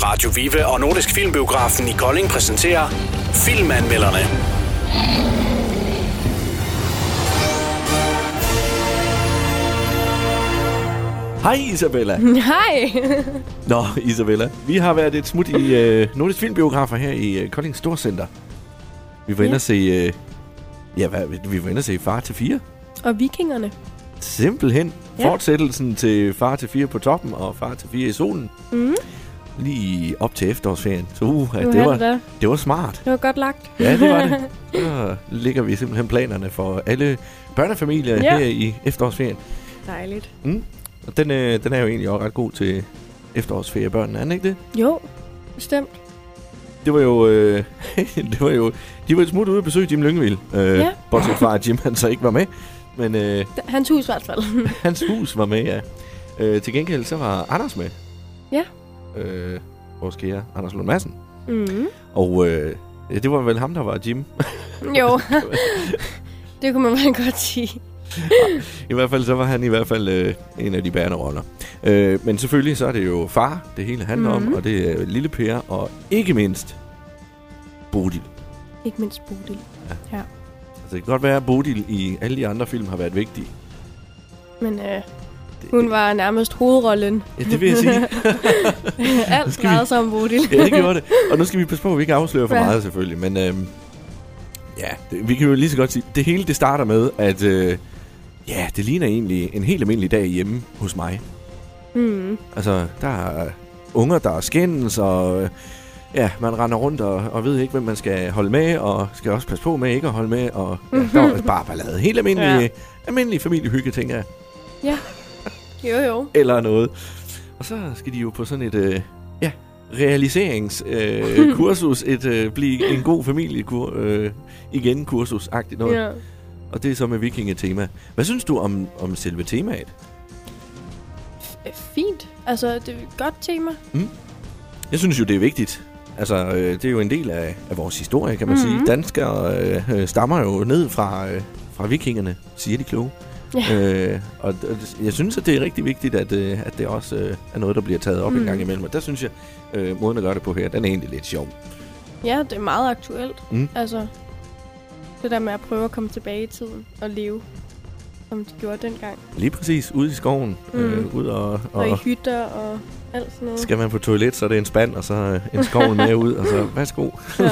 Radio Vive og Nordisk Filmbiografen i Kolding præsenterer Filmanmelderne. Hej Isabella. Hej. Nå Isabella, vi har været et smut i Nordisk Filmbiografer her i Kolding Storcenter. Vi var inde og se, vi var inde og se Far til 4. Og Vikingerne. Simpelthen fortsættelsen til Far til 4 på toppen og Far til 4 i solen. Mm. Lige op til efterårsferien. Så det var smart. Det var godt lagt. Ja, det var det. Så ligger vi simpelthen planerne for alle børnefamilier her i efterårsferien. Dejligt. Mm. Og den er jo egentlig også ret god til efterårsferiebørnene, er den ikke det? Jo, bestemt. Det var jo, de var et smut ude at besøge Jim Lyngvild. Bortset fra, at Jim han så ikke var med. Men, hans hus i hvert fald. Hans hus var med, ja. Til gengæld så var Anders med. Ja. Vores kære Anders Lund Madsen. Mm. Og det var vel ham, der var Jim. Jo, det kunne man vel godt sige. I hvert fald så var han en af de bærende roller. Men selvfølgelig så er det jo far, det hele handler om, og det er Lille Per, og ikke mindst Bodil. Ikke mindst Bodil. Ja. Altså det kan godt være, at Bodil i alle de andre film har været vigtig. Men hun var nærmest hovedrollen. Ja, det vil jeg sige. Alt drejede sig om Bodil. Ja, det gjorde det. Og nu skal vi passe på, at vi ikke afslører for meget selvfølgelig. Men vi kan jo lige så godt sige, det hele det starter med, at det ligner egentlig en helt almindelig dag hjemme hos mig. Mm. Altså, der er unger, der skændes, og man render rundt og ved ikke, hvem man skal holde med, og skal også passe på med ikke at holde med, og der var bare ballade. Helt almindelig familiehygge, tænker jeg. Ja, jo. Eller noget. Og så skal de jo på sådan et, realiseringskursus, blive en god familie igen kursus-agtigt noget. Ja. Og det er så med vikingetema. Hvad synes du om selve temaet? Fint. Altså, det er et godt tema. Mm. Jeg synes jo, det er vigtigt. Altså, det er jo en del af vores historie, kan man sige. Danskere stammer jo ned fra vikingerne, siger de kloge. Ja. Og jeg synes, at det er rigtig vigtigt, at det også er noget, der bliver taget op en gang imellem. Og der synes jeg, måden at gøre det på her, den er egentlig lidt sjov. Ja, det er meget aktuelt. Altså, det der med at prøve at komme tilbage i tiden og leve, som de gjorde dengang. Lige præcis, ude i skoven. Ud og i hytter og alt sådan noget. Skal man på toilet, så er det en spand, og så en skål med ud, og så værsgo. Ja.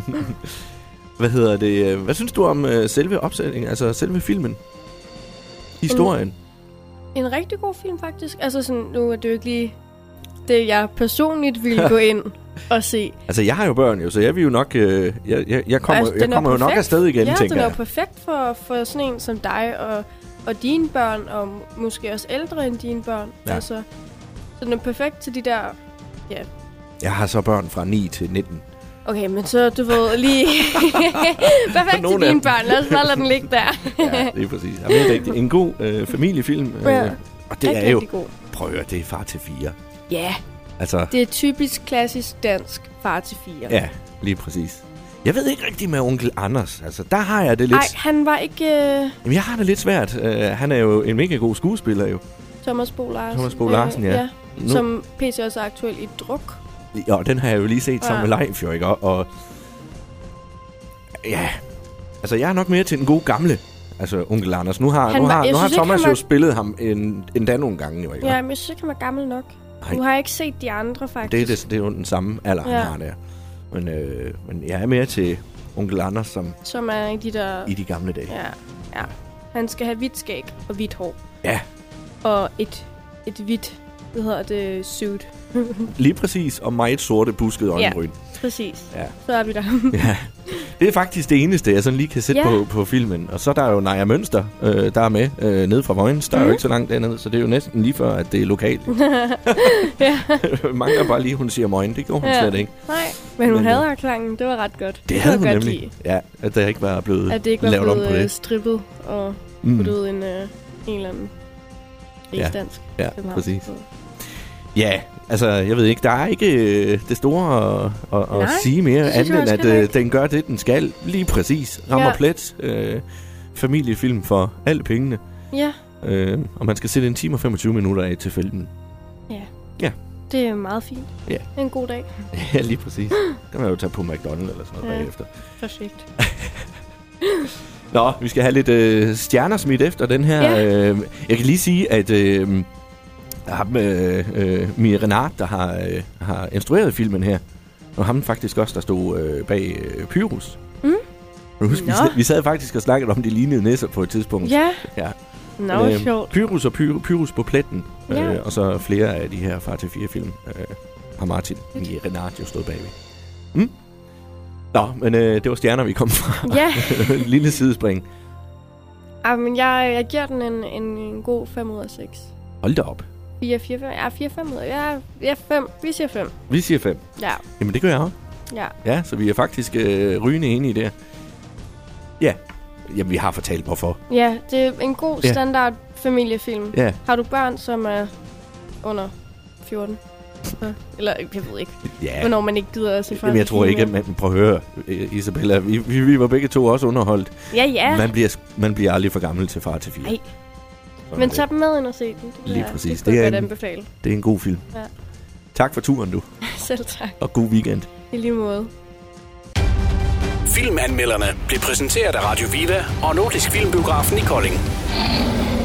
Hvad synes du om selve opsætningen, altså selve filmen? Historien? En rigtig god film, faktisk. Altså sådan, nu er det jo ikke lige det, jeg personligt ville gå ind og se. Altså, jeg har jo børn jo, så jeg vil jo nok... jeg kommer jo nok afsted igen, tænker jeg. Ja, den er jo perfekt for sådan en som dig og dine børn, og måske også ældre end dine børn. Ja. Altså, så den er perfekt til de der... Ja. Jeg har så børn fra 9 til 19. Okay, men så, du ved, lige... perfekt til dine børn. Lad os bare lade den ligge der. Ja, det er præcis. Ja, det er rigtigt. En god familiefilm. Og det er jo... God. Prøv at høre, det er Far til 4. Ja. Altså, det er typisk klassisk dansk Far til 4. Ja, lige præcis. Jeg ved ikke rigtig med onkel Anders. Altså, der har jeg det lidt... Nej, han var ikke... Jamen, jeg har det lidt svært. Han er jo en mega god skuespiller, jo. Thomas Bo Larsen, ja. Som PC også er aktuel i Druk. Ja, den har jeg jo lige set sammen med Leif, jo, ikke? Og ja, altså jeg er nok mere til den gode gamle, altså onkel Anders. Nu har Thomas jo spillet ham endda nogle gange, jo, ikke? Ja, men jeg synes ikke, han var gammel nok. Nu har jeg ikke set de andre, faktisk. Det er jo den samme alder, han har der. Men jeg er mere til onkel Anders, som er i de gamle dage. Ja. Han skal have hvidt skæg og hvidt hår. Ja. Og et hvidt, suit. Lige præcis, og meget sorte, buskede øjenbryn. Ja, præcis. Ja. Så er vi der. Ja. Det er faktisk det eneste, jeg sådan lige kan sætte på filmen. Og så er der jo Naja Mønster, der er med nede fra Vojens. Der er jo ikke så langt dernede, så det er jo næsten lige før, at det er lokalt. Mangler bare lige, hun siger møgen. Det gjorde hun slet ikke. Nej, men hun havde accenten. Det var ret godt. Det havde hun nemlig. Lide. Ja, at der ikke var blevet lavet om på det. Strippet og puttet en eller anden rigsdansk. Ja, præcis. Ja, altså, jeg ved ikke, der er ikke det store at sige mere, andet end at den gør det, den skal. Lige præcis. Rammer plet. Familiefilm for alle pengene. Ja. Og man skal sætte 1 time og 25 minutter af til filmen. Ja. Det er meget fint. Ja. Det er en god dag. Ja, lige præcis. Der kan man jo tage på McDonald's eller sådan noget bagefter. Perfekt. Nå, vi skal have lidt stjerner smidt efter den her. Ja. Jeg kan lige sige, at ham Mie Renard, der har instrueret filmen her, og ham faktisk også, der stod bag Pyrus. Vi sad faktisk og snakkede om de lignede nisser på et tidspunkt. Ja. Ja. Nå, sjovt. Pyrus og Pyrus på pletten. Ja. Og så flere af de her Far til 4-film har Martin Mie Renard jo stået bagved. Nå, men det var stjerner, vi kom fra. Ja. Lille sidespring. Men jeg giver den en god 5 ud af 6. Hold da op. 4-5 ud af... Ja, 5. Vi siger 5. Vi siger 5. Ja. Jamen, det gør jeg også. Ja. Ja, så vi er faktisk rygende enige der. Ja. Jamen, vi har fortalt, hvorfor. Ja, det er en god standard familiefilm. Ja. Har du børn, som er under 14? Eller, jeg ved ikke, hvornår man ikke gider at se fra. Jamen, jeg tror ikke, at man prøver at høre, Isabella. Vi var begge to også underholdt. Ja. Man bliver aldrig for gammel til Far til 4. Nej. Men tag dem med ind og se den. Lige præcis. Det er anbefale. Det er en god film. Ja. Tak for turen, du. Selv tak. Og god weekend. I lige måde. Filmanmelderne blev præsenteret af Radio Viva og Nordisk Filmbiografen i Kolding.